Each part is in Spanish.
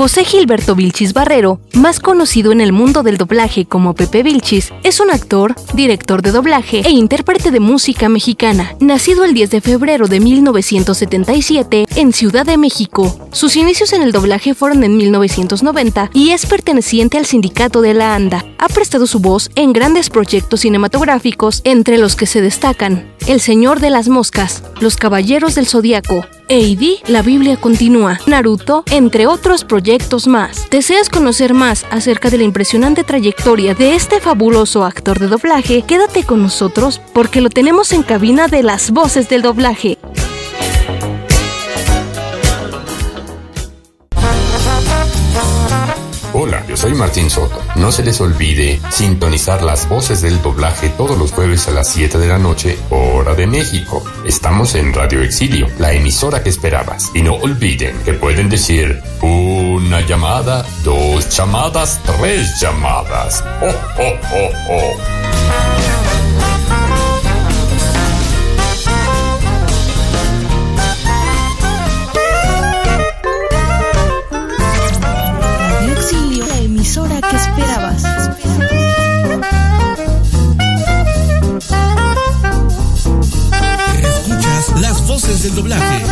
José Gilberto Vilchis Barrero, más conocido en el mundo del doblaje como Pepe Vilchis, es un actor, director de doblaje e intérprete de música mexicana, nacido el 10 de febrero de 1977 en Ciudad de México. Sus inicios en el doblaje fueron en 1990 y es perteneciente al sindicato de la ANDA. Ha prestado su voz en grandes proyectos cinematográficos, entre los que se destacan El Señor de las Moscas, Los Caballeros del Zodiaco, Heidi, La Biblia Continúa, Naruto, entre otros proyectos más. ¿Deseas conocer más acerca de la impresionante trayectoria de este fabuloso actor de doblaje? Quédate con nosotros porque lo tenemos en cabina de las voces del doblaje. Hola, yo soy Martín Soto. No se les olvide sintonizar las voces del doblaje todos los jueves a las 7 de la noche, hora de México. Estamos en Radio Exilio, la emisora que esperabas. Y no olviden que pueden decir una llamada, 2 llamadas, 3 llamadas. ¡Oh, oh, oh, oh! Emisora que esperabas. Escuchas las voces del doblaje.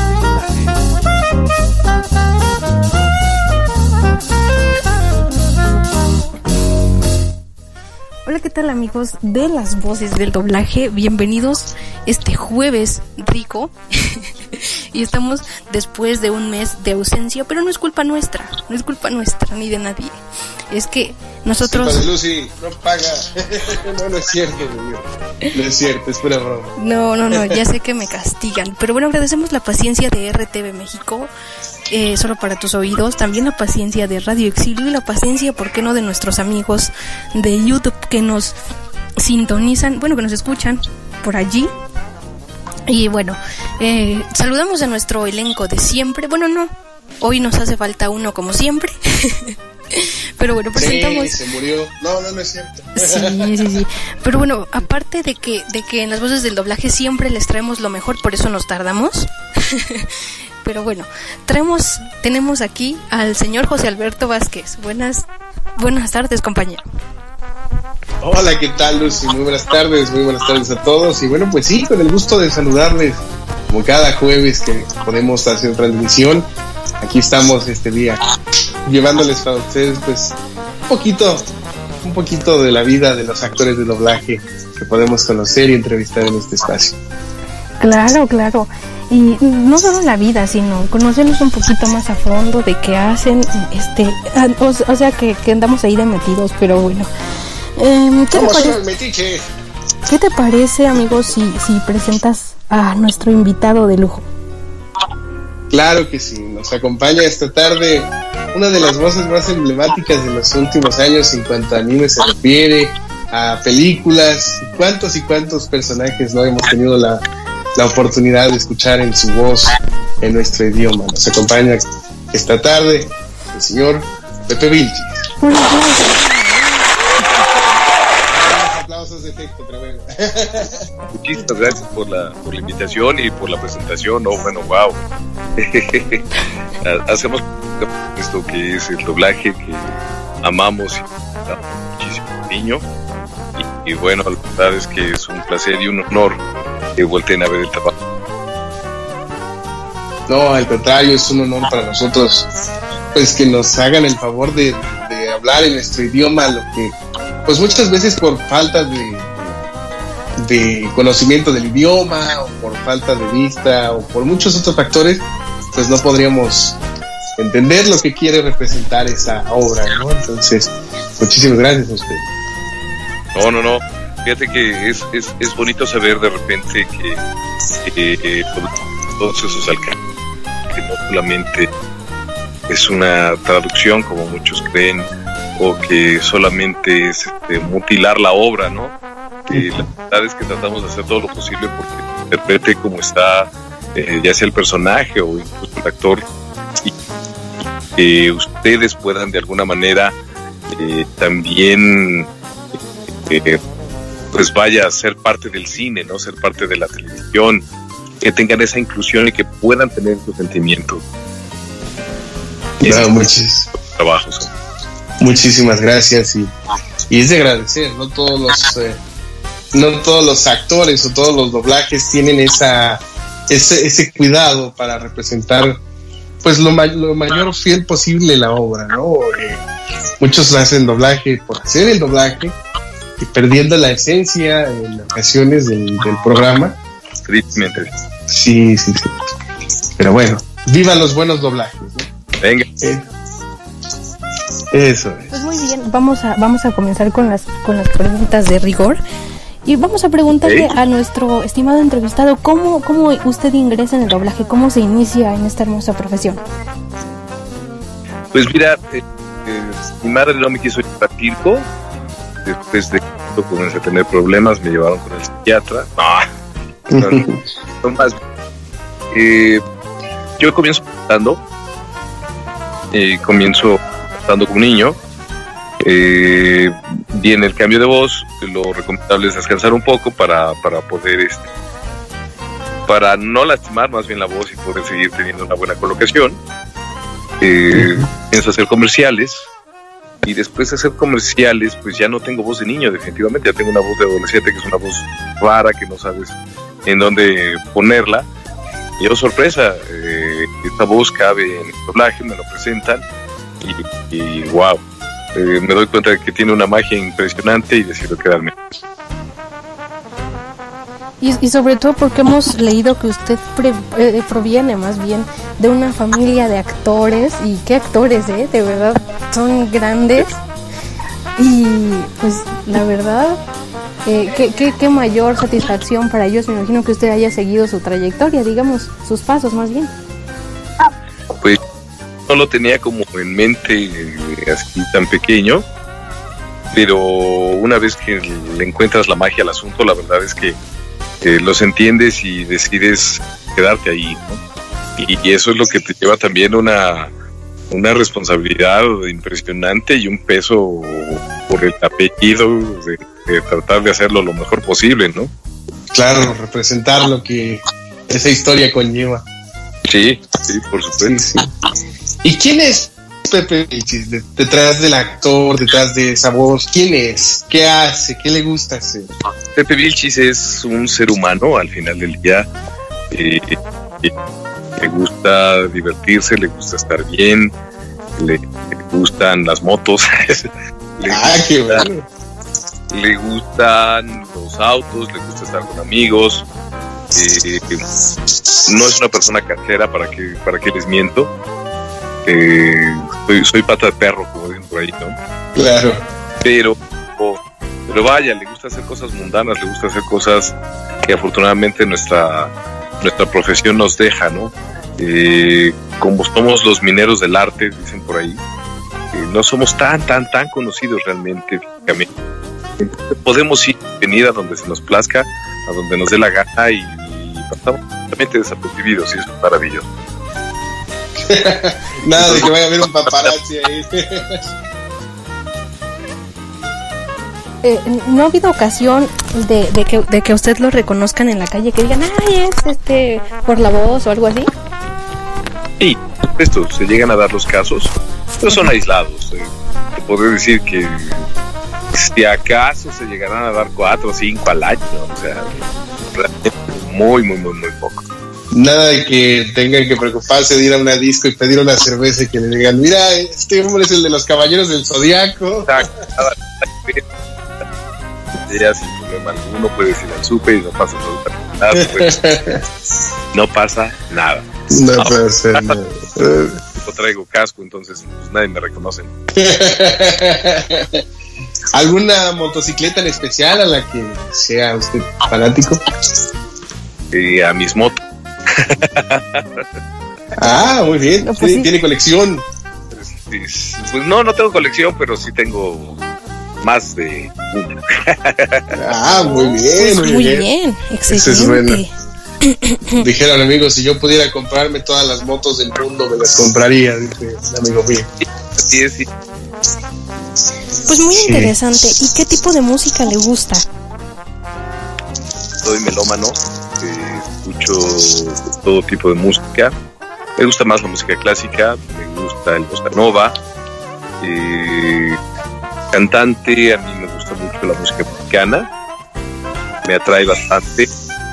Hola, ¿qué tal, amigos de las voces del doblaje? Bienvenidos este jueves rico. Y estamos después de un mes de ausencia, pero no es culpa nuestra, ni de nadie. Es que nosotros... Sí, Lucy, no paga. No es cierto, no es cierto, es pura broma. No, ya sé que me castigan. Pero bueno, agradecemos la paciencia de RTV México, solo para tus oídos. También la paciencia de Radio Exilio y la paciencia, ¿por qué no?, de nuestros amigos de YouTube que nos sintonizan, bueno, que nos escuchan por allí. Y bueno, saludamos a nuestro elenco de siempre. Bueno, no, hoy nos hace falta uno como siempre. Pero bueno, presentamos... Sí, se murió. No es cierto. Sí. Pero bueno, aparte de que en las voces del doblaje siempre les traemos lo mejor, por eso nos tardamos. Pero bueno, tenemos aquí al señor José Alberto Vázquez. Buenas tardes, compañero. Hola, ¿qué tal, Lucy? Muy buenas tardes a todos. Y bueno, pues sí, con el gusto de saludarles como cada jueves que podemos hacer transmisión. Aquí estamos este día llevándoles para ustedes pues un poquito de la vida de los actores de doblaje que podemos conocer y entrevistar en este espacio. Claro. Y no solo la vida, sino conocerlos un poquito más a fondo de qué hacen, o sea que andamos ahí de metidos, pero bueno. ¿Qué te parece, amigos, si presentas a nuestro invitado de lujo? Claro que sí, nos acompaña esta tarde una de las voces más emblemáticas de los últimos años en cuanto a anime se refiere, a películas, y cuántos personajes no hemos tenido la oportunidad de escuchar en su voz, en nuestro idioma. Nos acompaña esta tarde el señor Pepe Vilchis. Aplausos de efecto, pero bueno. Muchísimas gracias por la invitación y por la presentación. Wow. Hacemos esto que es el doblaje que amamos y da muchísimo cariño. Y bueno, la verdad es que es un placer y un honor que volteen a ver el trabajo. No, al contrario, es un honor para nosotros pues que nos hagan el favor de hablar en nuestro idioma, lo que pues muchas veces por falta de conocimiento del idioma o por falta de vista o por muchos otros factores pues no podríamos entender lo que quiere representar esa obra, ¿no? Entonces, muchísimas gracias a usted. No. Fíjate que es bonito saber de repente que todos esos alcances, que no solamente es una traducción como muchos creen, o que solamente es mutilar la obra, ¿no? La verdad es que tratamos de hacer todo lo posible porque interprete como está, ya sea el personaje o incluso el actor, y que ustedes puedan de alguna manera también pues vaya a ser parte del cine, ¿no? Ser parte de la televisión, que tengan esa inclusión y que puedan tener su sentimiento. Claro, muchísimo. trabajos. Muchísimas gracias y es de agradecer, no todos los actores o todos los doblajes tienen ese cuidado para representar pues lo mayor fiel posible la obra, ¿no? Muchos hacen doblaje por hacer el doblaje y perdiendo la esencia en ocasiones del programa. Tristemente. Sí. Pero bueno, vivan los buenos doblajes, ¿no? Venga. Eso es. Pues muy bien, vamos a comenzar con las preguntas de rigor. Y vamos a preguntarle a nuestro estimado entrevistado cómo usted ingresa en el doblaje, cómo se inicia en esta hermosa profesión. Pues mira, mi madre no me quiso llevar a circo. Después de que comencé a tener problemas, me llevaron con el psiquiatra. No más. Yo comienzo cantando como niño. Viene el cambio de voz. Lo recomendable es descansar un poco para poder para no lastimar más bien la voz y poder seguir teniendo una buena colocación. Pienso hacer comerciales y después de hacer comerciales pues ya no tengo voz de niño, definitivamente ya tengo una voz de adolescente, que es una voz rara que no sabes en dónde ponerla. Y oh, sorpresa, esta voz cabe en el doblaje, me lo presentan y wow. Me doy cuenta de que tiene una magia impresionante y decido quedarme. Y sobre todo porque hemos leído que usted proviene más bien de una familia de actores, y qué actores, de verdad, son grandes. Y pues la verdad, qué mayor satisfacción para ellos. Me imagino que usted haya seguido su trayectoria, digamos, sus pasos más bien. Pues no lo tenía como en mente así tan pequeño, pero una vez que le encuentras la magia al asunto, la verdad es que los entiendes y decides quedarte ahí, ¿no? Y eso es lo que te lleva también una responsabilidad impresionante y un peso por el apellido de tratar de hacerlo lo mejor posible, ¿no? Claro, representar lo que esa historia conlleva. Sí, por supuesto. Sí. ¿Y quién es Pepe Vilchis? Detrás del actor, detrás de esa voz, ¿quién es? ¿Qué hace? ¿Qué le gusta hacer? Pepe Vilchis es un ser humano al final del día. Le gusta divertirse, le gusta estar bien, le gustan las motos. Qué bueno. Le gustan los autos, le gusta estar con amigos. No es una persona casera, para que les miento. Soy pata de perro, como dicen por ahí, ¿no? Claro. Pero vaya, le gusta hacer cosas mundanas, le gusta hacer cosas que afortunadamente nuestra profesión nos deja, ¿no? Como somos los mineros del arte, dicen por ahí, no somos tan conocidos realmente físicamente. Podemos ir y venir a donde se nos plazca, a donde nos dé la gana y pasamos totalmente desapercibidos, y eso es maravilloso. Nada de que vaya a haber un paparazzi ahí. ¿No ha habido ocasión de que usted lo reconozcan en la calle, que digan, ay, es por la voz o algo así? Sí, esto se llegan a dar los casos, pero son aislados. Te podría decir que si acaso se llegarán a dar 4 o 5 al año, o sea, realmente muy poco. Nada de que tengan que preocuparse de ir a una disco y pedir una cerveza y que le digan, mira, este hombre es el de los Caballeros del Zodiaco. Exacto. Ya sin problema alguno puedes ir al súper y no pasa nada. Pues, no pasa nada. No pasa nada. Yo traigo casco, entonces pues, nadie me reconoce. ¿Alguna motocicleta en especial a la que sea usted fanático? A mis motos. Muy bien. No, pues sí. Tiene colección. Pues no tengo colección, pero sí tengo más de una. Muy bien. Pues muy bien. Excelente. Eso es bueno. Dijeron, amigos, si yo pudiera comprarme todas las motos del mundo, me las compraría, dice un amigo mío. Así es, sí. Pues muy interesante. ¿Y qué tipo de música le gusta? Soy melómano, escucho todo tipo de música. Me gusta más la música clásica, me gusta el bossa nova, Cantante, a mí me gusta mucho la música mexicana, me atrae bastante.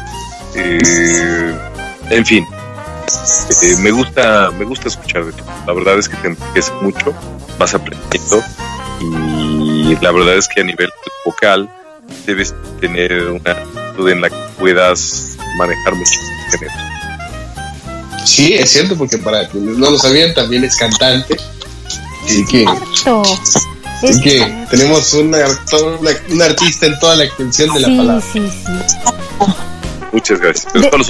En fin, me gusta escuchar de todo. La verdad es que te enriquece mucho, vas aprendiendo, y la verdad es que a nivel vocal debes tener una actitud en la que puedas manejar muchos géneros. Sí, es cierto, porque para quienes no lo sabían, también es cantante. Así que tenemos un artista en toda la extensión de la palabra. Sí. Muchas gracias.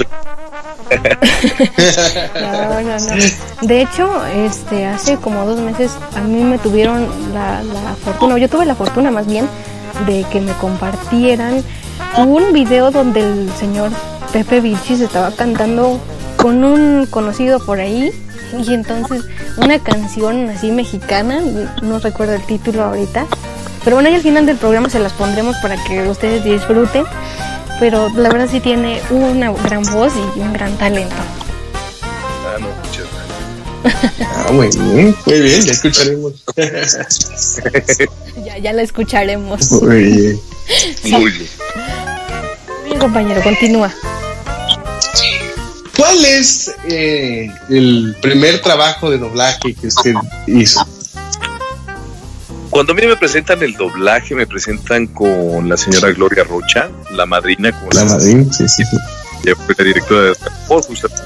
No. De hecho, hace como 2 meses a mí me tuvieron la fortuna, yo tuve la fortuna más bien, de que me compartieran un video donde el señor Pepe Vilchis estaba cantando con un conocido por ahí, y entonces una canción así mexicana, no recuerdo el título ahorita, pero bueno, y al final del programa se las pondremos para que ustedes disfruten. Pero la verdad sí tiene una gran voz y un gran talento. Muchas gracias. Muy bien, ya escucharemos. ya la escucharemos. Muy bien. Muy bien. Bien, compañero, continúa. ¿Cuál es el primer trabajo de doblaje que usted hizo? Cuando a mí me presentan el doblaje, me presentan con la señora Gloria Rocha, la madrina. La madrina, sí. Ella fue la directora de Star Wars, justamente.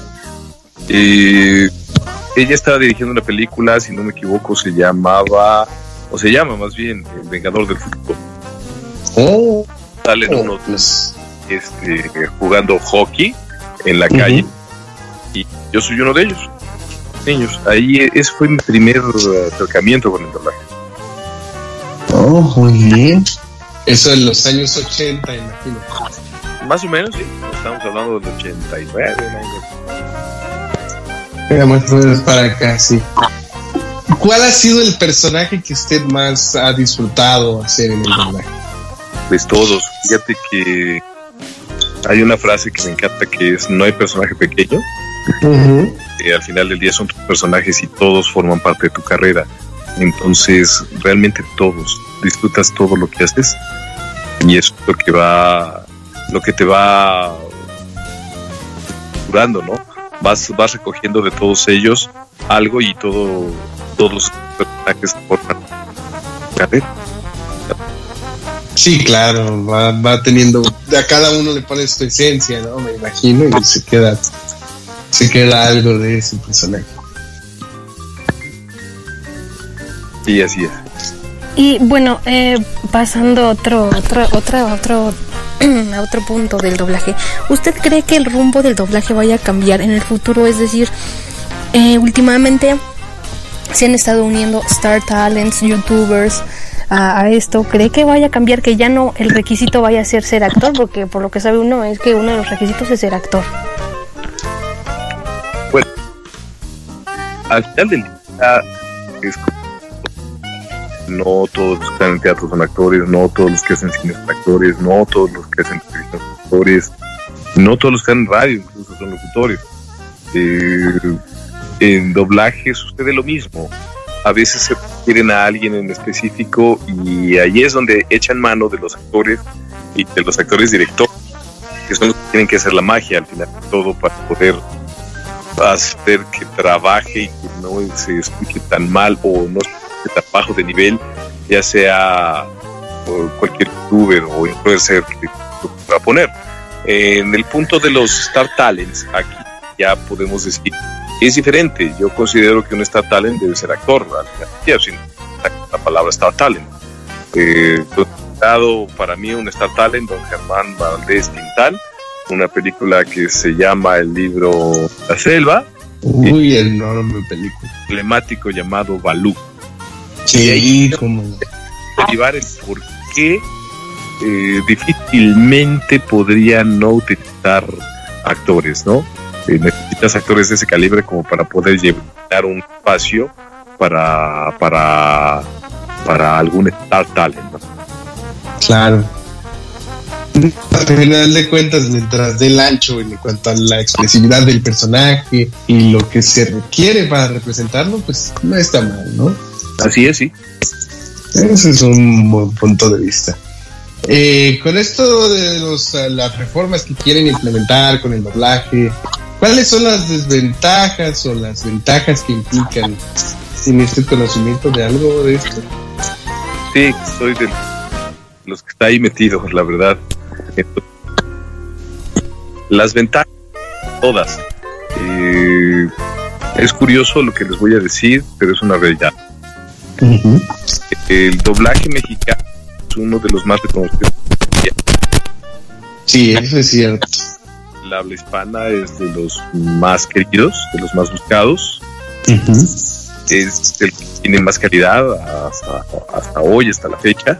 Ella estaba dirigiendo una película, si no me equivoco, se llama más bien El Vengador del Futuro. Salen unos jugando hockey en la calle, y yo soy uno de ellos, niños. Ahí ese fue mi primer acercamiento con el doblaje. Muy bien. Eso en los años 80, imagino. Más o menos, sí. Estamos hablando del 89. Más o menos para acá, sí. ¿Cuál ha sido el personaje que usted más ha disfrutado hacer en el doblaje? Pues todos. Fíjate que hay una frase que me encanta, que es: no hay personaje pequeño. Al final del día son tus personajes y todos forman parte de tu carrera. Entonces, realmente todos, disfrutas todo lo que haces, y eso es lo que te va curando, ¿no? Vas recogiendo de todos ellos algo, y todos los personajes forman carrera. Sí, claro, va teniendo, a cada uno le pones su esencia, ¿no? Me imagino, y se queda algo de ese personaje. Sí, así es. Y bueno, pasando a otro punto del doblaje, ¿usted cree que el rumbo del doblaje vaya a cambiar en el futuro? Es decir, últimamente se han estado uniendo Star Talents, YouTubers a esto. ¿Cree que vaya a cambiar, que ya no el requisito vaya a ser actor? Porque por lo que sabe uno es que uno de los requisitos es ser actor. Bueno, al final del día es no todos los que están en teatro son actores, no todos los que hacen cine son actores, no todos los que hacen televisión son actores, no todos los que están en radio incluso son locutores. En doblaje sucede lo mismo. A veces se requieren a alguien en específico, y ahí es donde echan mano de los actores y de los actores directores, que son los que tienen que hacer la magia al final de todo para poder hacer que trabaje y que no se escuche tan mal o no tan bajo de nivel, ya sea cualquier youtuber o influencer que va a poner. En el punto de los Star Talents, aquí ya podemos decir que es diferente. Yo considero que un Star Talent debe ser actor, sin la palabra Star Talent. Para mí un Star Talent, don Germán Valdés Tintal, una película que se llama El Libro La Selva. Uy, enorme película. Emblemático llamado Balú. Sí, ahí como derivar el por qué difícilmente podrían no utilizar actores, ¿no? Necesitas actores de ese calibre como para poder llenar un espacio para algún Star Talent, ¿no? Claro. Al final de cuentas, mientras del ancho en cuanto a la expresividad del personaje y lo que se requiere para representarlo, pues no está mal, ¿no? Así es, sí. Ese es un buen punto de vista. Con esto de las reformas que quieren implementar con el doblaje, ¿cuáles son las desventajas o las ventajas que implican? ¿Tiene usted conocimiento de algo de esto? Sí, soy de los que está ahí metidos, la verdad. Las ventajas, todas. Es curioso lo que les voy a decir, pero es una realidad. Uh-huh. El doblaje mexicano es uno de los más reconocidos. Sí, eso es cierto. La habla hispana es de los más queridos, de los más buscados. Uh-huh. Es el que tiene más calidad hasta hoy, hasta la fecha.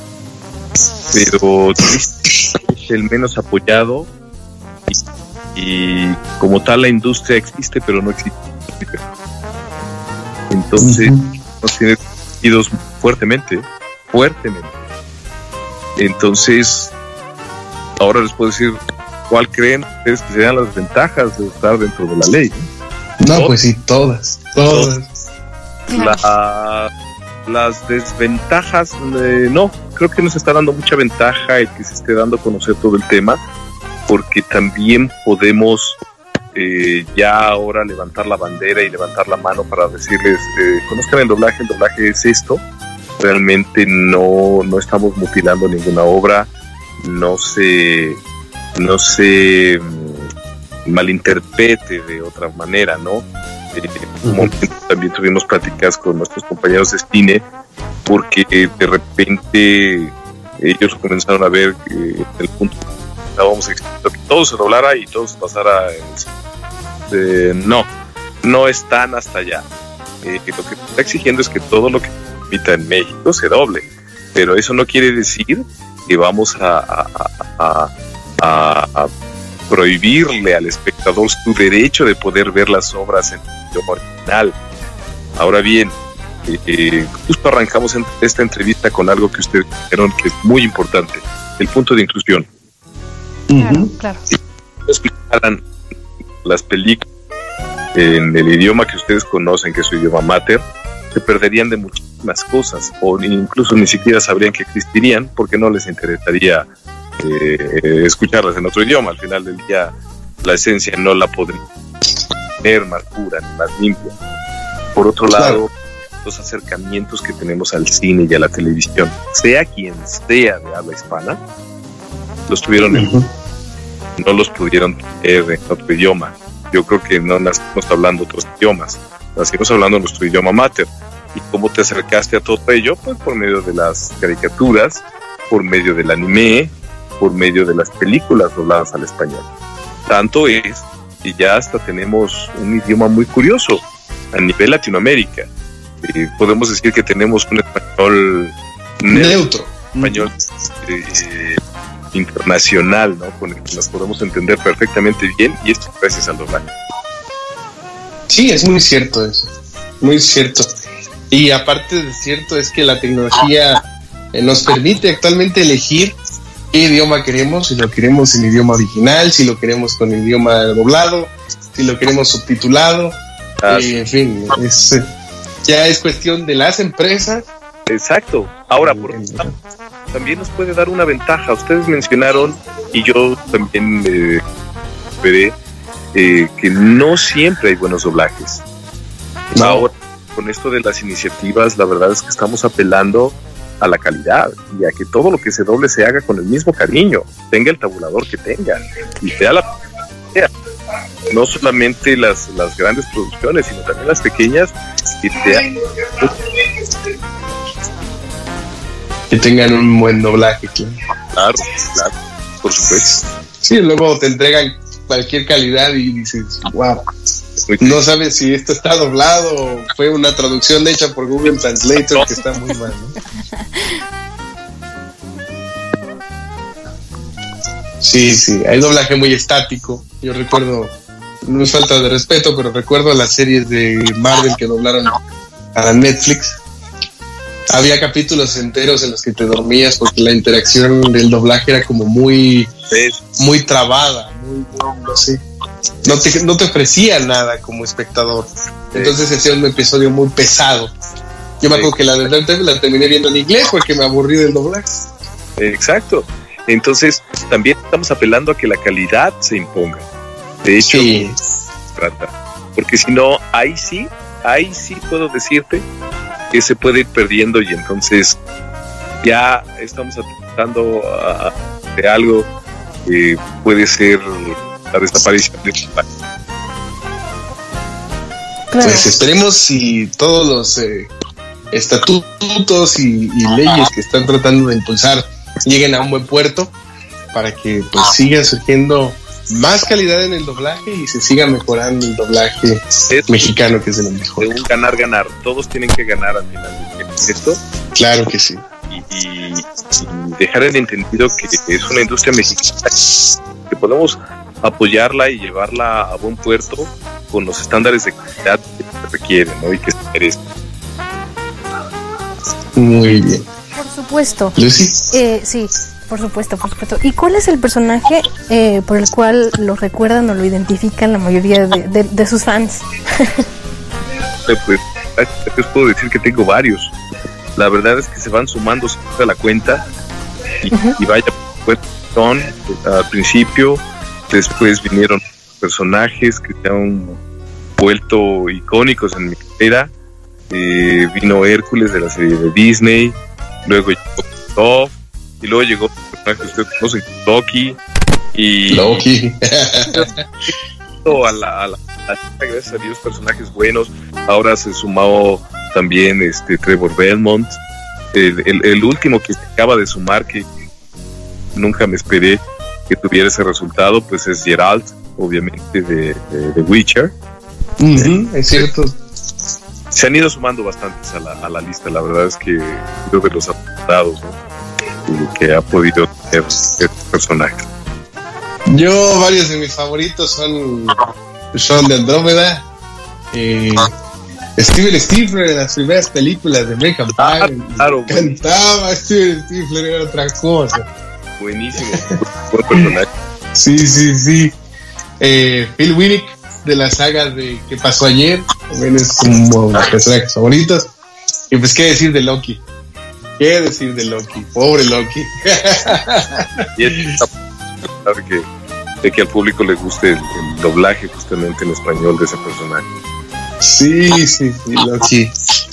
Pero es el menos apoyado. Y como tal la industria existe, pero no existe. Entonces nos tiene sentidos fuertemente. Entonces ahora les puedo decir cuál creen ustedes que serían las ventajas de estar dentro de la ley. No, pues sí, todas. Las desventajas, no, creo que nos está dando mucha ventaja el que se esté dando a conocer todo el tema, porque también podemos ya ahora levantar la bandera y levantar la mano para decirles, conozcan el doblaje es esto. Realmente no estamos mutilando ninguna obra, no se malinterprete de otra manera, ¿no? En un momento también tuvimos pláticas con nuestros compañeros de cine, porque de repente ellos comenzaron a ver el punto estábamos exigiendo que todo se doblara y todo se pasara no están hasta allá. Lo que está exigiendo es que todo lo que se emita en México se doble, pero eso no quiere decir que vamos a prohibirle al espectador su derecho de poder ver las obras en idioma original. Ahora bien, justo arrancamos esta entrevista con algo que ustedes dijeron que es muy importante, el punto de inclusión. Claro. Si escucharan las películas en el idioma que ustedes conocen, que es su idioma mater, se perderían de muchísimas cosas, o incluso ni siquiera sabrían que existirían, porque no les interesaría escucharlas en otro idioma. Al final del día, la esencia no la podrían tener más pura ni más limpia. Por otro lado, los acercamientos que tenemos al cine y a la televisión, sea quien sea de habla hispana, los tuvieron no los pudieron tener en otro idioma. Yo creo que no nacimos hablando otros idiomas, nacimos hablando nuestro idioma mater. ¿Y cómo te acercaste a todo ello? Pues por medio de las caricaturas, por medio del anime, por medio de las películas dobladas al español. Tanto es que ya hasta tenemos un idioma muy curioso a nivel Latinoamérica. Podemos decir que tenemos un español neutro, español internacional, ¿no? Con el que nos podemos entender perfectamente bien, y esto gracias al doblaje. Sí, es muy cierto eso, muy cierto. Y aparte de cierto es que la tecnología nos permite actualmente elegir qué idioma queremos, si lo queremos en idioma original, si lo queremos con idioma doblado, si lo queremos subtitulado, en fin, ya es cuestión de las empresas. Exacto. Ahora, por otro lado, también nos puede dar una ventaja. Ustedes mencionaron, y yo también veré, que no siempre hay buenos doblajes. No. Ahora, con esto de las iniciativas, la verdad es que estamos apelando a la calidad y a que todo lo que se doble se haga con el mismo cariño, tenga el tabulador que tenga y sea la no solamente las grandes producciones, sino también las pequeñas, que tengan un buen doblaje. Claro, por supuesto. Sí, luego te entregan cualquier calidad y dices, wow, no sabes si esto está doblado o fue una traducción hecha por Google Translator que está muy mal, ¿no? Sí, hay doblaje muy estático. Yo recuerdo, no es falta de respeto, pero recuerdo las series de Marvel que doblaron para Netflix. Había capítulos enteros en los que te dormías porque la interacción del doblaje era como muy trabada, muy, no sé, no te ofrecía nada como espectador. Entonces hacía un episodio muy pesado. Yo me acuerdo que la de Daredevil la terminé viendo en inglés porque me aburrí del doblaje. Exacto. Entonces, también estamos apelando a que la calidad se imponga. De hecho, Sí. trata. Porque si no, ahí sí puedo decirte que se puede ir perdiendo y entonces ya estamos atentando de algo que puede ser la desaparición de un país. Claro. Pues esperemos si todos los estatutos y leyes que están tratando de impulsar lleguen a un buen puerto para que pues siga surgiendo más calidad en el doblaje y se siga mejorando el doblaje mexicano, que es de lo mejor. De un ganar-ganar. Todos tienen que ganar al final de esto. Claro que sí. Y dejar en entendido que es una industria mexicana que podemos apoyarla y llevarla a buen puerto con los estándares de calidad que se requieren, ¿no? Y que se merecen. Muy bien. Por supuesto. Lucy. Sí, por supuesto. ¿Y cuál es el personaje por el cual lo recuerdan o lo identifican la mayoría de sus fans? Pues les puedo decir que tengo varios. La verdad es que se van sumando a la cuenta y vaya, pues son al principio, después vinieron personajes que se han vuelto icónicos en mi carrera. Vino Hércules de la serie de Disney, luego llegó Thor, y luego llegó un personaje que ustedes conocen, Loki, y Loki. gracias a Dios, personajes buenos. Ahora se sumó también Trevor Belmont, el último que se acaba de sumar, que nunca me esperé que tuviera ese resultado, pues es Geralt, obviamente de Witcher. Es cierto. Se han ido sumando bastantes a la lista. La verdad es que creo de los apuntados, ¿no? Que ha podido tener este personaje. Yo, varios de mis favoritos son de Andrómeda, Steven Stifler en las primeras películas de American Pie. Claro, Cantaba Steven Stifler, era otra cosa. Buenísimo, buen personaje. Sí. Phil Winnick de la saga de ¿Qué pasó ayer? También es uno de mis personajes favoritos. Y pues, ¿qué decir de Loki? Pobre Loki. Y es de que al público le guste el doblaje justamente en español de ese personaje. Sí, Loki.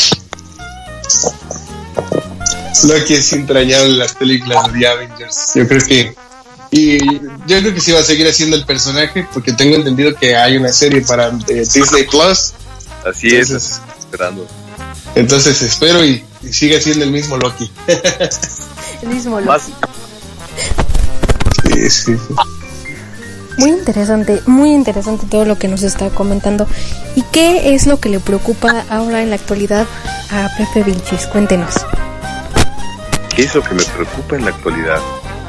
Loki es entrañable en las películas de Avengers. Yo creo que sí va a seguir haciendo el personaje, porque tengo entendido que hay una serie para Disney Plus. Así es, esperando. Entonces espero y siga siendo el mismo Loki. El mismo Loki. Sí. Muy interesante todo lo que nos está comentando. ¿Y qué es lo que le preocupa ahora en la actualidad a Pepe Vilchis? Cuéntenos. ¿Qué es lo que me preocupa en la actualidad?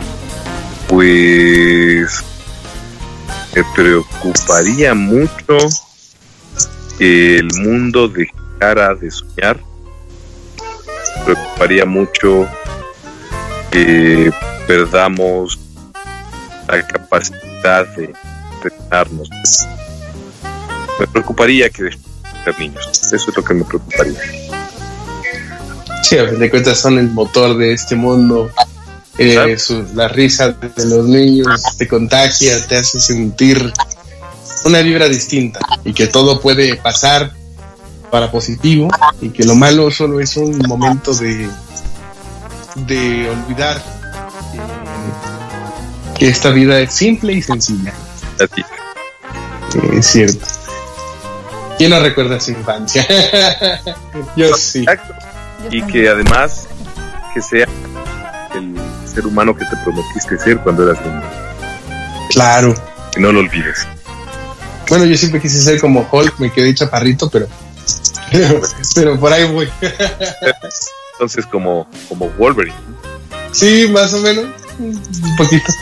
Pues me preocuparía mucho que el mundo dejara de soñar. Me preocuparía mucho que perdamos la capacidad de entrenarnos. Me preocuparía que dejemos de ser niños. Eso es lo que me preocuparía. Sí, a fin de cuentas son el motor de este mundo. La risa de los niños te contagia, te hace sentir una vibra distinta y que todo puede pasar para positivo y que lo malo solo es un momento de olvidar que esta vida es simple y sencilla. Así. Es cierto. ¿Quién no recuerda su infancia? Yo sí. Exacto. Y que además que sea el ser humano que te prometiste ser cuando eras niño. Claro. Que no lo olvides. Bueno, yo siempre quise ser como Hulk, me quedé chaparrito, pero por ahí voy. Entonces como Wolverine. Sí, más o menos. Un poquito.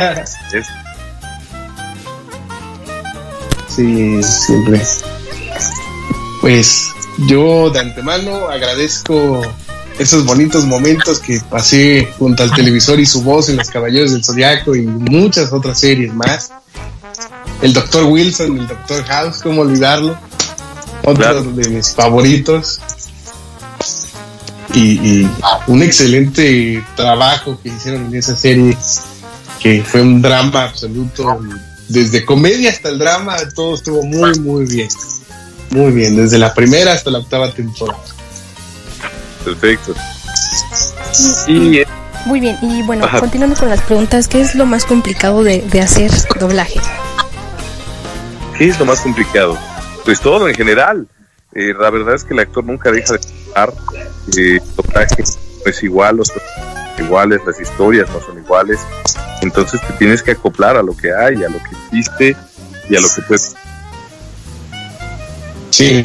Sí, siempre. Pues yo de antemano agradezco esos bonitos momentos que pasé junto al televisor y su voz en Los Caballeros del Zodiaco y muchas otras series más. El Dr. Wilson, el Dr. House, cómo olvidarlo. Otro de mis favoritos. y un excelente trabajo que hicieron en esa serie, que fue un drama absoluto, desde comedia hasta el drama, todo estuvo muy, muy bien. Muy bien, desde la primera hasta la 8ª temporada. Perfecto. Muy bien, y bueno, continuando con las preguntas, ¿qué es lo más complicado de hacer doblaje? ¿Qué es lo más complicado? Pues todo en general. La verdad es que el actor nunca deja de trabajar. El doblaje no es igual, los personajes son iguales, las historias no son iguales. Entonces te tienes que acoplar a lo que hay, a lo que existe y a lo que puedes. Sí,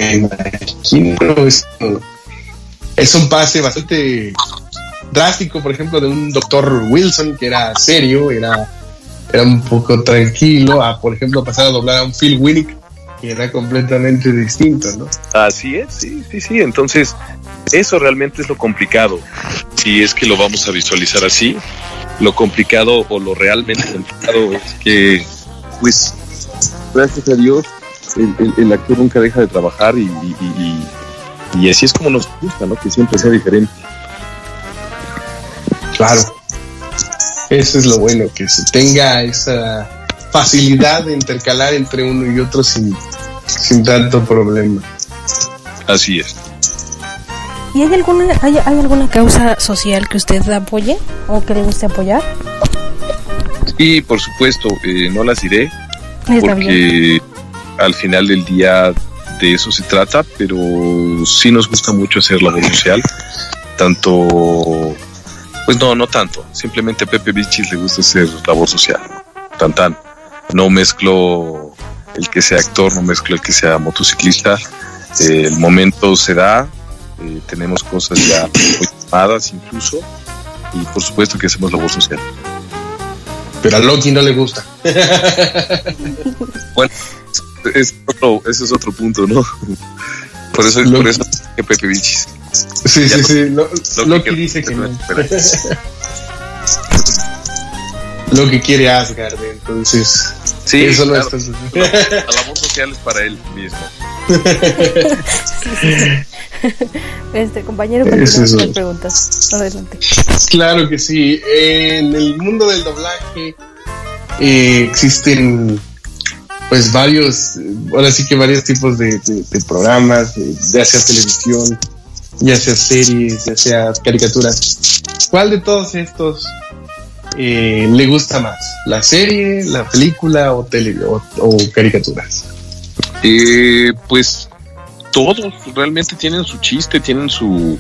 es un pase bastante drástico, por ejemplo, de un Dr. Wilson que era serio, era un poco tranquilo, a, por ejemplo, pasar a doblar a un Phil Winnick, que era completamente distinto, ¿no? Así es, sí. Entonces, eso realmente es lo complicado. Si es que lo vamos a visualizar así, lo complicado o lo realmente complicado es que, pues, gracias a Dios, el actor nunca deja de trabajar y así es como nos gusta, ¿no? Que siempre sea diferente. Claro. Eso es lo bueno, que se tenga esa facilidad de intercalar entre uno y otro sin tanto problema. Así es. ¿Y hay alguna causa social que usted apoye o que le guste apoyar? Sí, por supuesto, no las diré, Está porque bien. al final del día de eso se trata, pero sí nos gusta mucho hacer labor social, tanto, pues no tanto, simplemente a Pepe Vilchis le gusta hacer labor social, tan, no mezclo el que sea actor, no mezclo el que sea motociclista, el momento se da, tenemos cosas ya muy llamadas incluso, y por supuesto que hacemos labor social. Pero a Loki no le gusta. Bueno, ese es otro punto, ¿no? Por eso que Pepe Vilchis. Sí. Loki dice que no. Lo que quiere Asgard, entonces. Sí, eso no claro. está. La labor social es para él mismo. Compañero, continúa con las preguntas. Adelante. Claro que sí. En el mundo del doblaje existen pues varios tipos de programas, ya sea televisión, ya sea series, ya sea caricaturas. ¿Cuál de todos estos le gusta más? ¿La serie, la película o caricaturas? Pues todos realmente tienen su chiste, tienen sus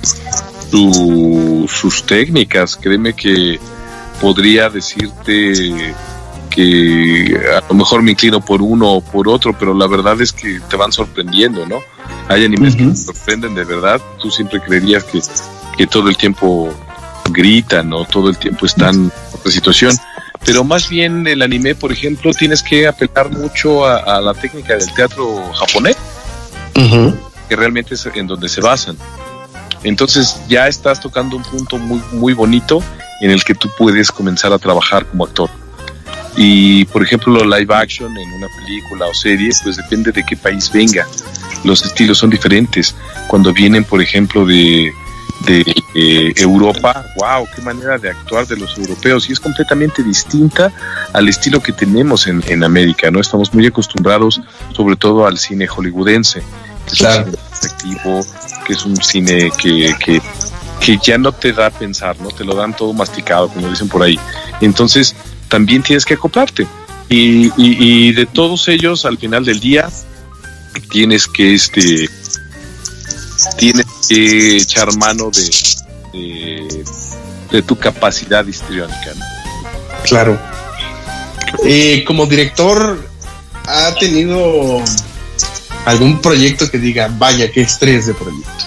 técnicas. Créeme que podría decirte que a lo mejor me inclino por uno o por otro, pero la verdad es que te van sorprendiendo, ¿no? Hay animes que te sorprenden de verdad. Tú siempre creerías que todo el tiempo gritan, ¿no? Todo el tiempo están en otra situación. Pero más bien el anime, por ejemplo, tienes que apelar mucho a la técnica del teatro japonés, que realmente es en donde se basan. Entonces ya estás tocando un punto muy, muy bonito en el que tú puedes comenzar a trabajar como actor. Y por ejemplo, live action en una película o serie, pues depende de qué país venga. Los estilos son diferentes. Cuando vienen, por ejemplo, de Europa, wow, qué manera de actuar de los europeos, y es completamente distinta al estilo que tenemos en América, ¿no? Estamos muy acostumbrados sobre todo al cine hollywoodense, que es un cine atractivo, que es un cine que ya no te da a pensar, ¿no? Te lo dan todo masticado, como dicen por ahí. Entonces también tienes que acoplarte, y de todos ellos al final del día tienes que echar mano de tu capacidad histriónica, ¿no? Claro. Como director, ¿ha tenido algún proyecto que diga, vaya, qué estrés de proyecto?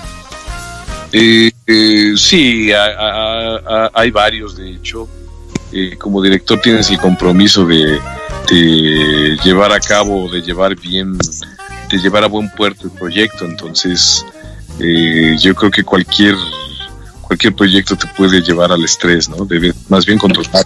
Sí, hay varios, de hecho. Como director tienes el compromiso de llevar a cabo, de llevar a buen puerto el proyecto. Entonces yo creo que cualquier proyecto te puede llevar al estrés, ¿no? Debe más bien controlar.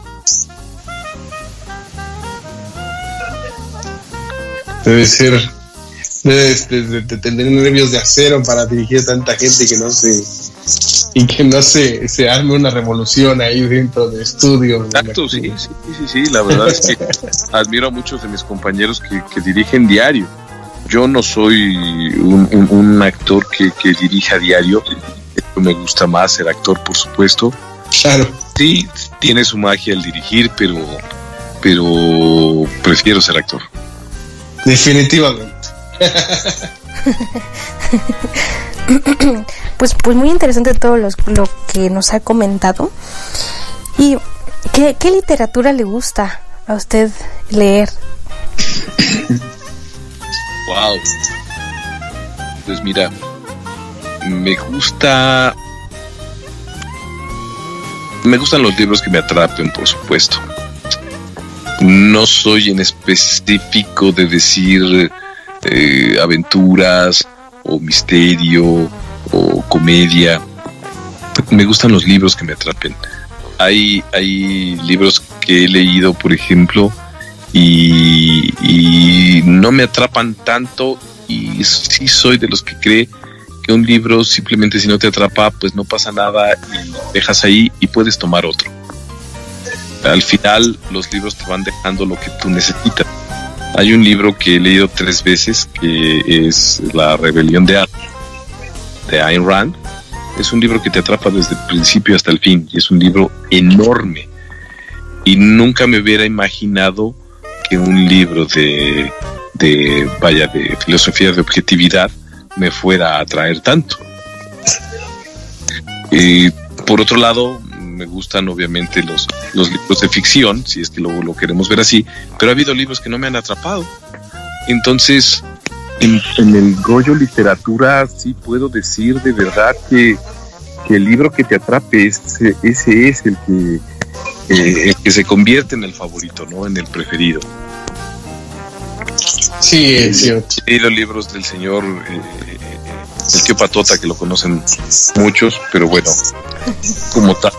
Debes tener nervios de acero para dirigir a tanta gente que no se y que no se arme una revolución ahí dentro del estudio. Exacto, sí, la verdad es que admiro a muchos de mis compañeros que dirigen diario. Yo no soy un actor que dirija diario. Me gusta más ser actor, por supuesto. Claro. Sí, tiene su magia el dirigir, pero prefiero ser actor. Definitivamente. Pues muy interesante todo lo que nos ha comentado. ¿Y qué literatura le gusta a usted leer? Wow. Pues mira, me gustan los libros que me atrapen, por supuesto. No soy en específico de decir aventuras o misterio o comedia. Me gustan los libros que me atrapen. Hay libros que he leído, por ejemplo, y no me atrapan tanto, y sí soy de los que cree que un libro simplemente, si no te atrapa, pues no pasa nada y dejas ahí y puedes tomar otro. Al final los libros te van dejando lo que tú necesitas. Hay un libro que he leído 3 veces, que es La rebelión de Ayn Rand. Es un libro que te atrapa desde el principio hasta el fin, y es un libro enorme, y nunca me hubiera imaginado que un libro de filosofía de objetividad me fuera a atraer tanto. Por otro lado, me gustan obviamente los libros de ficción, si es que lo queremos ver así, pero ha habido libros que no me han atrapado. Entonces, en el rollo literatura sí puedo decir de verdad que el libro que te atrape, ese es el que se convierte en el favorito, ¿no? En el preferido. Sí, es cierto. He leído libros del señor el tío Patota, que lo conocen muchos, pero bueno, como tal,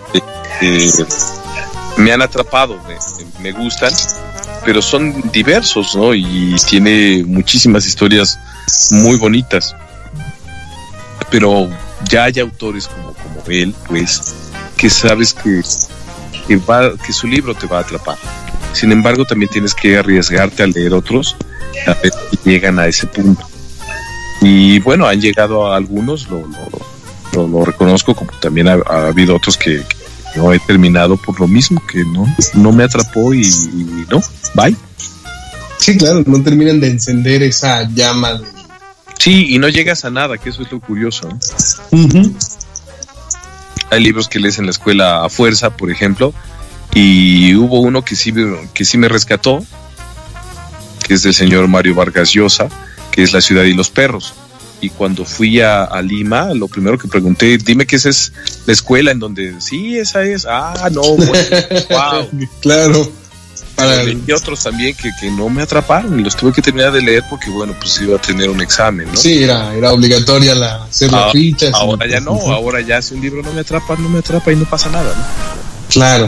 me han atrapado, me gustan, pero son diversos, ¿no? Y tiene muchísimas historias muy bonitas. Pero ya hay autores como él, pues, que sabes que su libro te va a atrapar. Sin embargo, también tienes que arriesgarte a leer otros a ver si llegan a ese punto. Y bueno, han llegado a algunos, lo reconozco, como también ha habido otros que no he terminado por lo mismo, que no me atrapó y no, bye. Sí, claro, no terminan de encender esa llama. Sí, y no llegas a nada, que eso es lo curioso, ¿no? Uh-huh. Hay libros que lees en la escuela a fuerza, por ejemplo, y hubo uno que sí me rescató, que es del señor Mario Vargas Llosa, que es La ciudad y los perros. Y cuando fui a Lima, lo primero que pregunté, dime que esa es la escuela en donde, sí, esa es, no, bueno, wow. Claro. Y otros también que no me atraparon y los tuve que terminar de leer porque, bueno, pues iba a tener un examen, ¿no? Sí, era obligatoria hacer las fichas. Ahora ya no, ahora ya si un libro no me atrapa y no pasa nada, ¿no? Claro.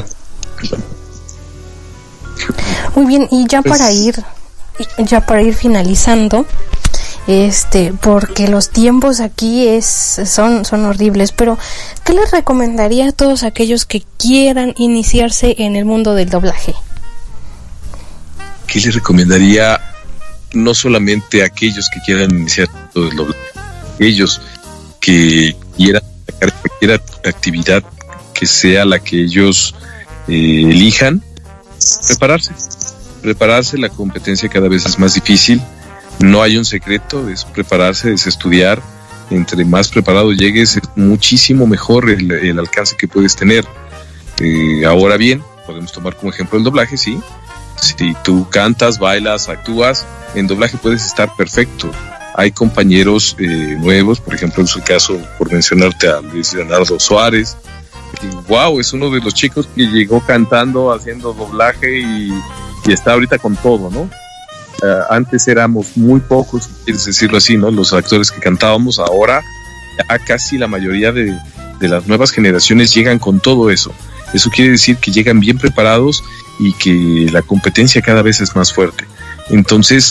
Muy bien, y ya para ir finalizando, porque los tiempos aquí son horribles, pero ¿qué les recomendaría a todos aquellos que quieran iniciarse en el mundo del doblaje? ¿Qué les recomendaría no solamente a aquellos que quieran iniciar todo el doblaje, aquellos que quieran sacar cualquier actividad que sea la que ellos elijan? Prepararse, la competencia cada vez es más difícil, no hay un secreto, es prepararse, es estudiar. Entre más preparado llegues, es muchísimo mejor el alcance que puedes tener. Ahora bien, podemos tomar como ejemplo el doblaje, sí. Si tú cantas, bailas, actúas, en doblaje puedes estar perfecto. Hay compañeros nuevos, por ejemplo, en su caso, por mencionarte a Luis Leonardo Suárez. Wow, es uno de los chicos que llegó cantando, haciendo doblaje y está ahorita con todo, ¿no? Antes éramos muy pocos, quieres decirlo así, ¿no? Los actores que cantábamos. Ahora ya casi la mayoría de las nuevas generaciones llegan con todo eso. Eso quiere decir que llegan bien preparados y que la competencia cada vez es más fuerte. Entonces,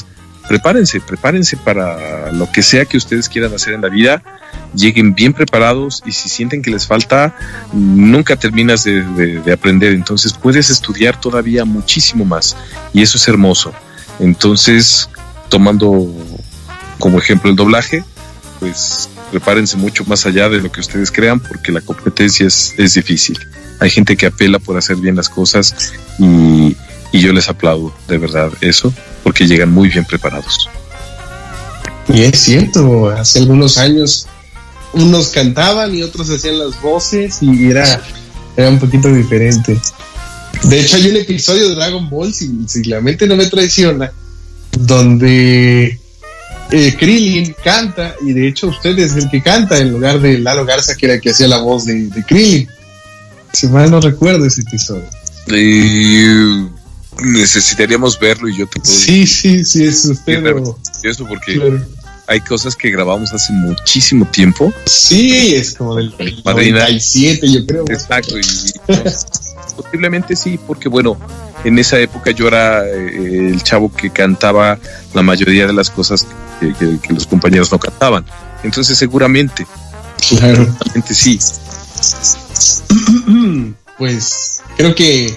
prepárense para lo que sea que ustedes quieran hacer en la vida, lleguen bien preparados, y si sienten que les falta, nunca terminas de aprender, entonces puedes estudiar todavía muchísimo más, y eso es hermoso. Entonces, tomando como ejemplo el doblaje, pues prepárense mucho más allá de lo que ustedes crean, porque la competencia es difícil. Hay gente que apela por hacer bien las cosas, y yo les aplaudo de verdad eso, porque llegan muy bien preparados. Y es cierto, hace algunos años unos cantaban y otros hacían las voces, y era un poquito diferente. De hecho, hay un episodio de Dragon Ball, si la mente no me traiciona, donde Krillin canta, y de hecho usted es el que canta en lugar de Lalo Garza, que era el que hacía la voz de Krillin. Si mal no recuerdo ese episodio. Necesitaríamos verlo, y yo te puedo Sí, es usted. Eso porque claro, hay cosas que grabamos hace muchísimo tiempo. sí, es como del 97, yo creo. Exacto, y posiblemente sí, porque bueno, en esa época yo era el chavo que cantaba la mayoría de las cosas que los compañeros no cantaban. Entonces seguramente sí. Pues creo que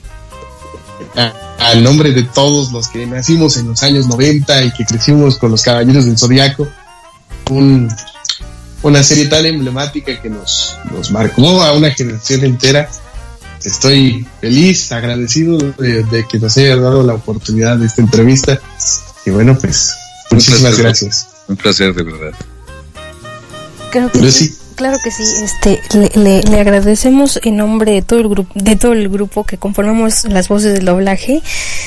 a nombre de todos los que nacimos en los años 90 y que crecimos con los Caballeros del Zodiaco, una serie tan emblemática que nos marcó a una generación entera, estoy feliz, agradecido de que nos haya dado la oportunidad de esta entrevista, y bueno, pues muchísimas gracias. Un placer, de verdad. Creo que sí. Claro que sí, le agradecemos en nombre de todo el grupo que conformamos las voces del doblaje,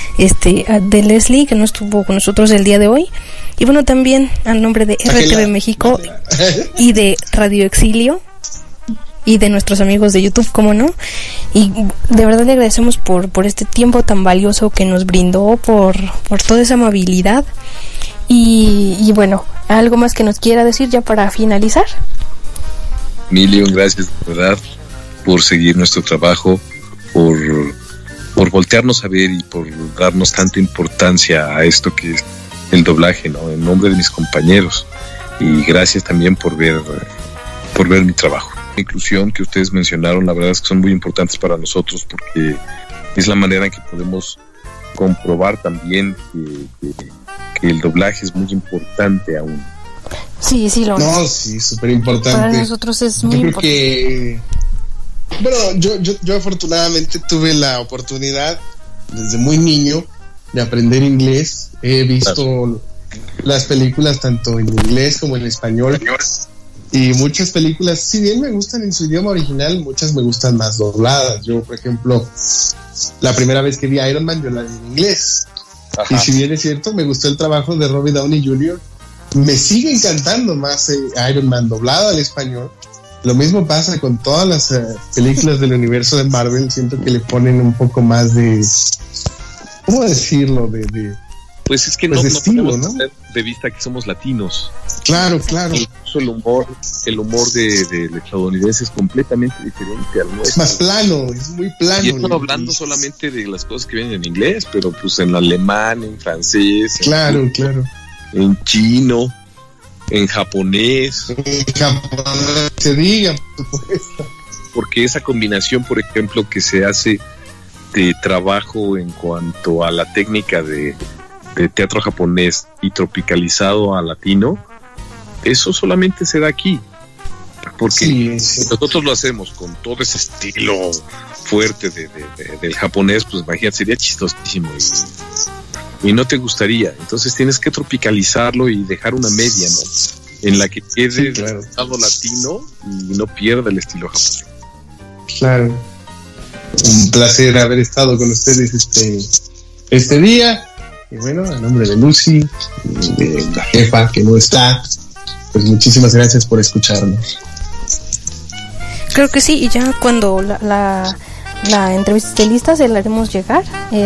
de Leslie, que no estuvo con nosotros el día de hoy, y bueno, también al nombre de RTV México y de Radio Exilio y de nuestros amigos de YouTube, cómo no, y de verdad le agradecemos por este tiempo tan valioso que nos brindó, por toda esa amabilidad, y bueno, algo más que nos quiera decir ya para finalizar. Milion, gracias de verdad por seguir nuestro trabajo, por voltearnos a ver y por darnos tanta importancia a esto que es el doblaje, ¿no? En nombre de mis compañeros, y gracias también por ver mi trabajo. La inclusión que ustedes mencionaron, la verdad es que son muy importantes para nosotros, porque es la manera en que podemos comprobar también que el doblaje es muy importante aún. Sí, lo es. No, sí, súper importante. Para nosotros es muy importante. Bueno, yo afortunadamente tuve la oportunidad desde muy niño de aprender inglés. He visto las películas tanto en inglés como en español, y muchas películas, si bien me gustan en su idioma original, muchas me gustan más dobladas. Yo, por ejemplo, la primera vez que vi Iron Man, yo la vi en inglés. Ajá. Y si bien es cierto, me gustó el trabajo de Robert Downey Jr., me sigue encantando más Iron Man doblado al español. Lo mismo pasa con todas las películas del universo de Marvel. Siento que le ponen un poco más de, ¿cómo decirlo? Pues es que pues no estilo, ¿no? Tener de vista que somos latinos. Claro. Incluso el humor del estadounidense es completamente diferente al nuestro. Es más plano, es muy plano. Y estoy hablando solamente de las cosas que vienen en inglés, pero pues en alemán, en francés. Claro. En chino, en japonés. Se diga, por supuesto. Porque esa combinación, por ejemplo, que se hace de trabajo en cuanto a la técnica de teatro japonés y tropicalizado a latino, eso solamente se da aquí. Porque nosotros lo hacemos con todo ese estilo fuerte del japonés, pues imagínate, sería chistosísimo y no te gustaría. Entonces tienes que tropicalizarlo y dejar una media, ¿no? En la que quede el estado latino y no pierda el estilo japonés. Claro. Un placer haber estado con ustedes este día. Y bueno, a nombre de Lucy, de la jefa que no está, pues muchísimas gracias por escucharnos. Creo que sí, y ya cuando la entrevista esté lista se la haremos llegar.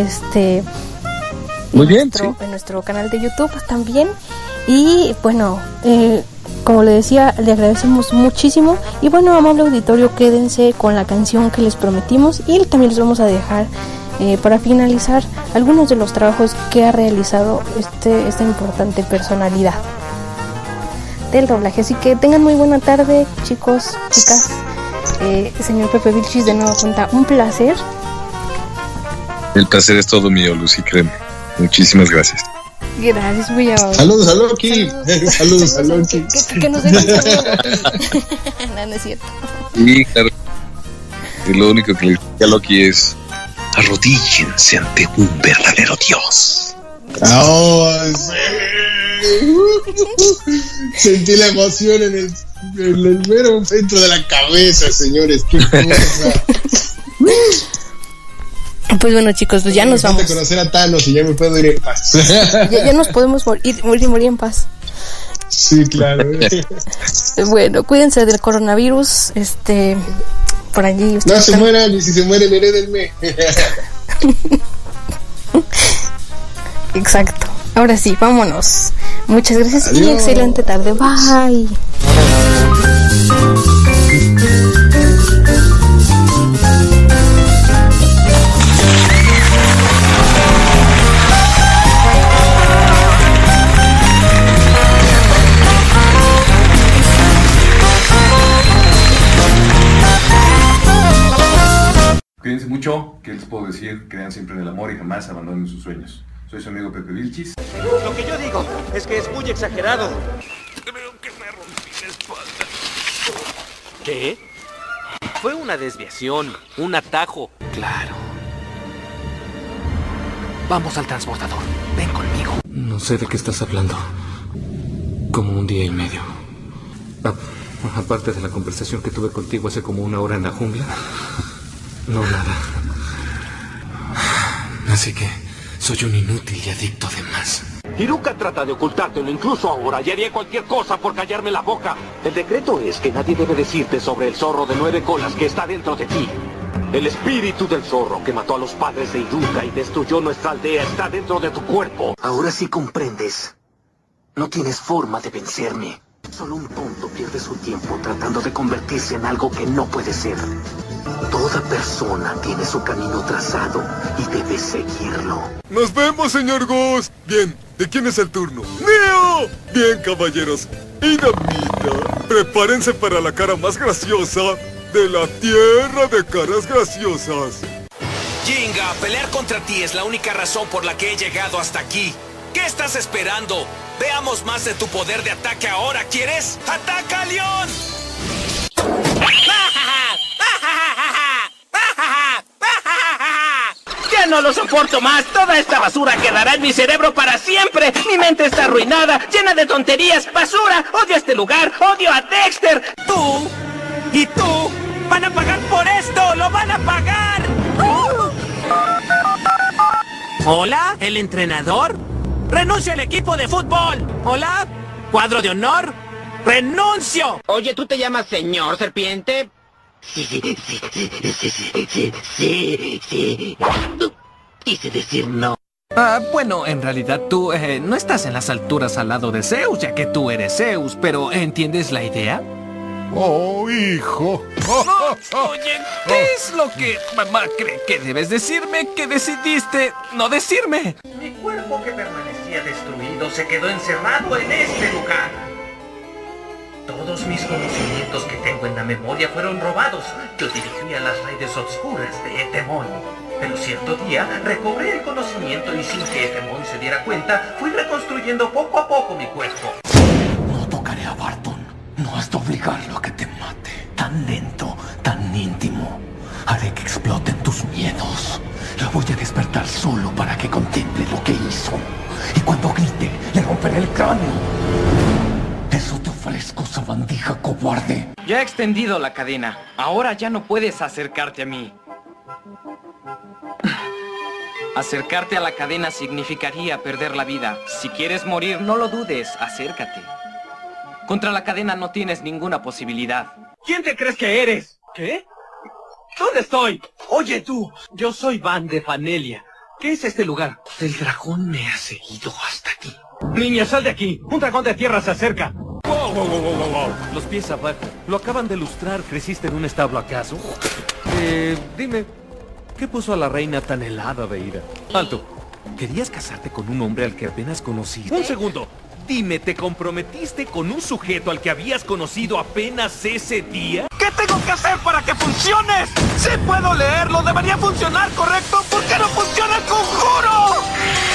Muy bien, en nuestro canal de YouTube también. Y bueno, como le decía, le agradecemos muchísimo. Y bueno, amable auditorio, quédense con la canción que les prometimos y también les vamos a dejar para finalizar algunos de los trabajos que ha realizado esta importante personalidad del doblaje. Así que tengan muy buena tarde, chicos, chicas. Señor Pepe Vilchis, de nuevo cuenta, un placer. El placer es todo mío, Lucy, créeme. Muchísimas gracias. Gracias, muy amable. Saludos a Loki. Saludos a Loki. Que nos dejen saber. No es cierto. Y claro, y lo único que le digo a Loki es: arrodíllense ante un verdadero Dios. Oh, sí. Sentí la emoción en el mero centro de la cabeza, señores. Qué cosa. Pues bueno, chicos, pues ya nos vamos. De conocer a Thanos y ya me puedo ir en paz. Ya nos podemos morir en paz. Sí, claro. Bueno, cuídense del coronavirus. Por allí. No se mueran, y si se mueren, herédenme. Exacto. Ahora sí, vámonos. Muchas gracias. Adiós. Y excelente tarde. Bye. Cuídense mucho, ¿qué les puedo decir? Crean siempre en el amor y jamás abandonen sus sueños. Soy su amigo Pepe Vilchis. Lo que yo digo es que es muy exagerado. Creo que me rompí la espalda. ¿Qué? Fue una desviación, un atajo. Claro. Vamos al transportador. Ven conmigo. No sé de qué estás hablando. Como un día y medio. Aparte de la conversación que tuve contigo hace como 1 hora en la jungla. No, nada. Así que soy un inútil y adicto de más. Hiruka trata de ocultártelo incluso ahora y haría cualquier cosa por callarme la boca. El decreto es que nadie debe decirte sobre el zorro de 9 colas que está dentro de ti. El espíritu del zorro que mató a los padres de Hiruka y destruyó nuestra aldea está dentro de tu cuerpo. Ahora sí comprendes. No tienes forma de vencerme. Solo un tonto pierde su tiempo tratando de convertirse en algo que no puede ser. Toda persona tiene su camino trazado y debe seguirlo. ¡Nos vemos, señor Gus! Bien, ¿de quién es el turno? ¡Neo! Bien, caballeros. Dinamita, prepárense para la cara más graciosa de la tierra de caras graciosas. Jinga, pelear contra ti es la única razón por la que he llegado hasta aquí. ¿Qué estás esperando? Veamos más de tu poder de ataque ahora, ¿quieres? ¡Ataca, León! ¡Ya no lo soporto más! Toda esta basura quedará en mi cerebro para siempre. Mi mente está arruinada, llena de tonterías, basura. Odio este lugar, odio a Dexter. Tú y tú van a pagar por esto, lo van a pagar. ¿Hola? ¿El entrenador? ¡Renuncio al equipo de fútbol! ¿Hola? ¿Cuadro de honor? ¡Renuncio! Oye, ¿tú te llamas señor serpiente? Sí. Quise decir no. Bueno, en realidad tú no estás en las alturas al lado de Zeus, ya que tú eres Zeus, pero ¿entiendes la idea? ¡Oh, hijo! Oye, ¿qué es lo que mamá cree que debes decirme que decidiste no decirme? Mi cuerpo que permanecía destruido se quedó encerrado en este lugar. Todos mis conocimientos que tengo en la memoria fueron robados. Yo dirigía las redes oscuras de Etemón. Pero cierto día recobré el conocimiento y sin que Etemón se diera cuenta, fui reconstruyendo poco a poco mi cuerpo. No tocaré a Barton. No has de obligarlo a que te mate. Tan lento, tan íntimo. Haré que exploten tus miedos. Lo voy a despertar solo para que contemple lo que hizo. Y cuando grite, le romperé el cráneo. Eso te ofrezco, sabandija cobarde. Ya he extendido la cadena. Ahora ya no puedes acercarte a mí. Acercarte a la cadena significaría perder la vida. Si quieres morir, no lo dudes, acércate. Contra la cadena no tienes ninguna posibilidad. ¿Quién te crees que eres? ¿Qué? ¿Dónde estoy? Oye tú, yo soy Van de Fanelia. ¿Qué es este lugar? El dragón me ha seguido hasta aquí. Niña, sal de aquí. Un dragón de tierra se acerca. Wow. Los pies abajo. Lo acaban de lustrar. ¿Creciste en un establo acaso? Dime, ¿Qué puso a la reina tan helada de ira? Alto. ¿Querías casarte con un hombre al que apenas conociste? Un segundo. Dime, ¿te comprometiste con un sujeto al que habías conocido apenas ese día? ¿Qué tengo que hacer para que funcione? ¡Sí puedo leerlo! ¡Debería funcionar, correcto! ¿Por qué no funciona el conjuro?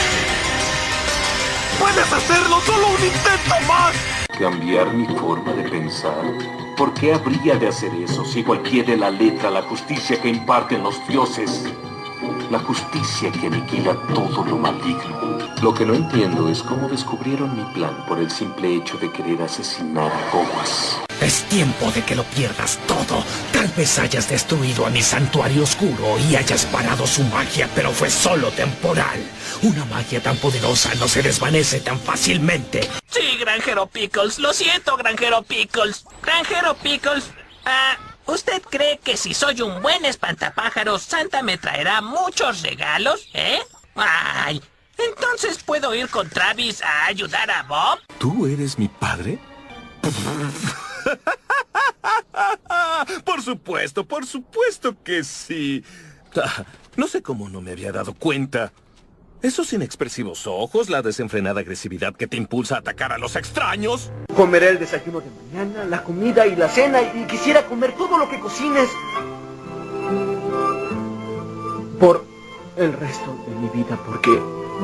¡Puedes hacerlo! ¡Solo un intento más! ¿Cambiar mi forma de pensar? ¿Por qué habría de hacer eso si igual pie de la letra la justicia que imparten los dioses? La justicia que aniquila todo lo maligno. Lo que no entiendo es cómo descubrieron mi plan por el simple hecho de querer asesinar a Boas. Es tiempo de que lo pierdas todo. Tal vez hayas destruido a mi santuario oscuro y hayas parado su magia, pero fue solo temporal. Una magia tan poderosa no se desvanece tan fácilmente. Sí, Granjero Pickles. Lo siento, Granjero Pickles. Granjero Pickles. ¿Usted cree que si soy un buen espantapájaros, Santa me traerá muchos regalos? Ay, ¿entonces puedo ir con Travis a ayudar a Bob? ¿Tú eres mi padre? Por supuesto que sí. No sé cómo no me había dado cuenta. Esos inexpresivos ojos, la desenfrenada agresividad que te impulsa a atacar a los extraños. Comeré el desayuno de mañana, la comida y la cena, y quisiera comer todo lo que cocines por el resto de mi vida, porque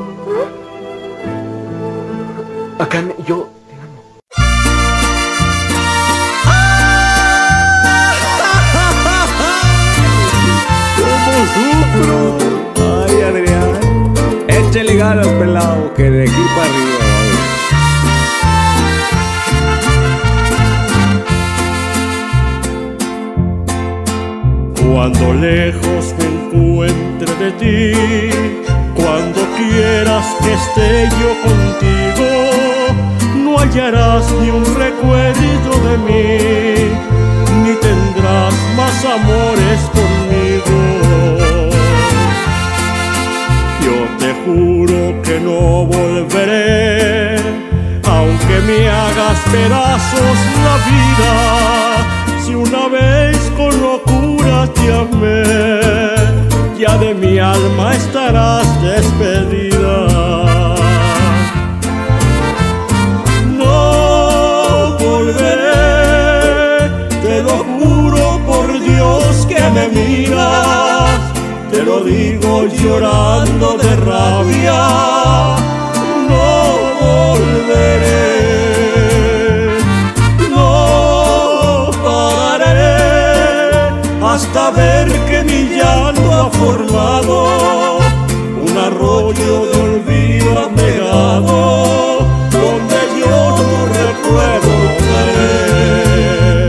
Akane, yo te amo. ¿Cómo sufro? Ay, Adrián. Échale ganas, pelado, que de aquí para arriba. Cuando lejos me encuentre de ti, cuando quieras que esté yo contigo, no hallarás ni un recuerdo de mí, ni tendrás más amores conmigo. Yo te juro que no volveré, aunque me hagas pedazos la vida. Si una vez con locura te amé, ya de mi alma estarás despedida. No volveré, te lo juro por Dios que me miras, te lo digo llorando de rabia. No volveré. Hasta ver que mi llanto ha formado un arroyo de olvido apegado, donde yo no recuerdo caer.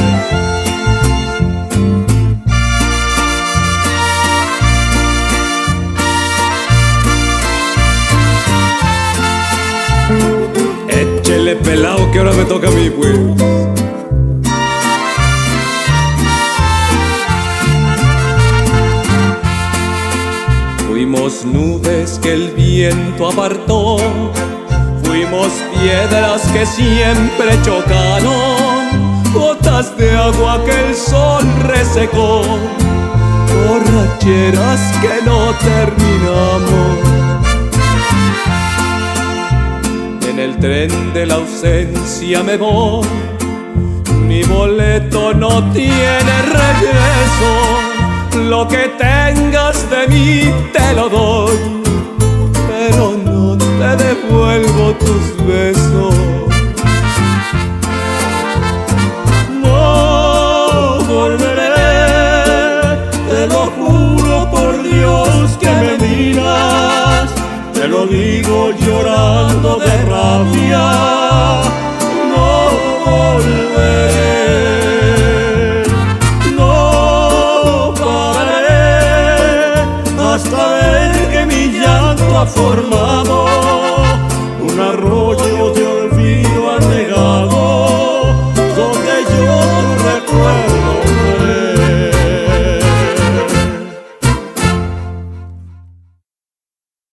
Échele, pelado, que ahora me toca a mí, pues. Fuimos nubes que el viento apartó, fuimos piedras que siempre chocaron, gotas de agua que el sol resecó, borracheras que no terminamos. En el tren de la ausencia me voy, mi boleto no tiene regreso. Lo que tengas de mí te lo doy, pero no te devuelvo tus besos. No volveré, te lo juro por Dios que me miras, te lo digo llorando de rabia. No volveré. Hasta ver que mi llanto ha formado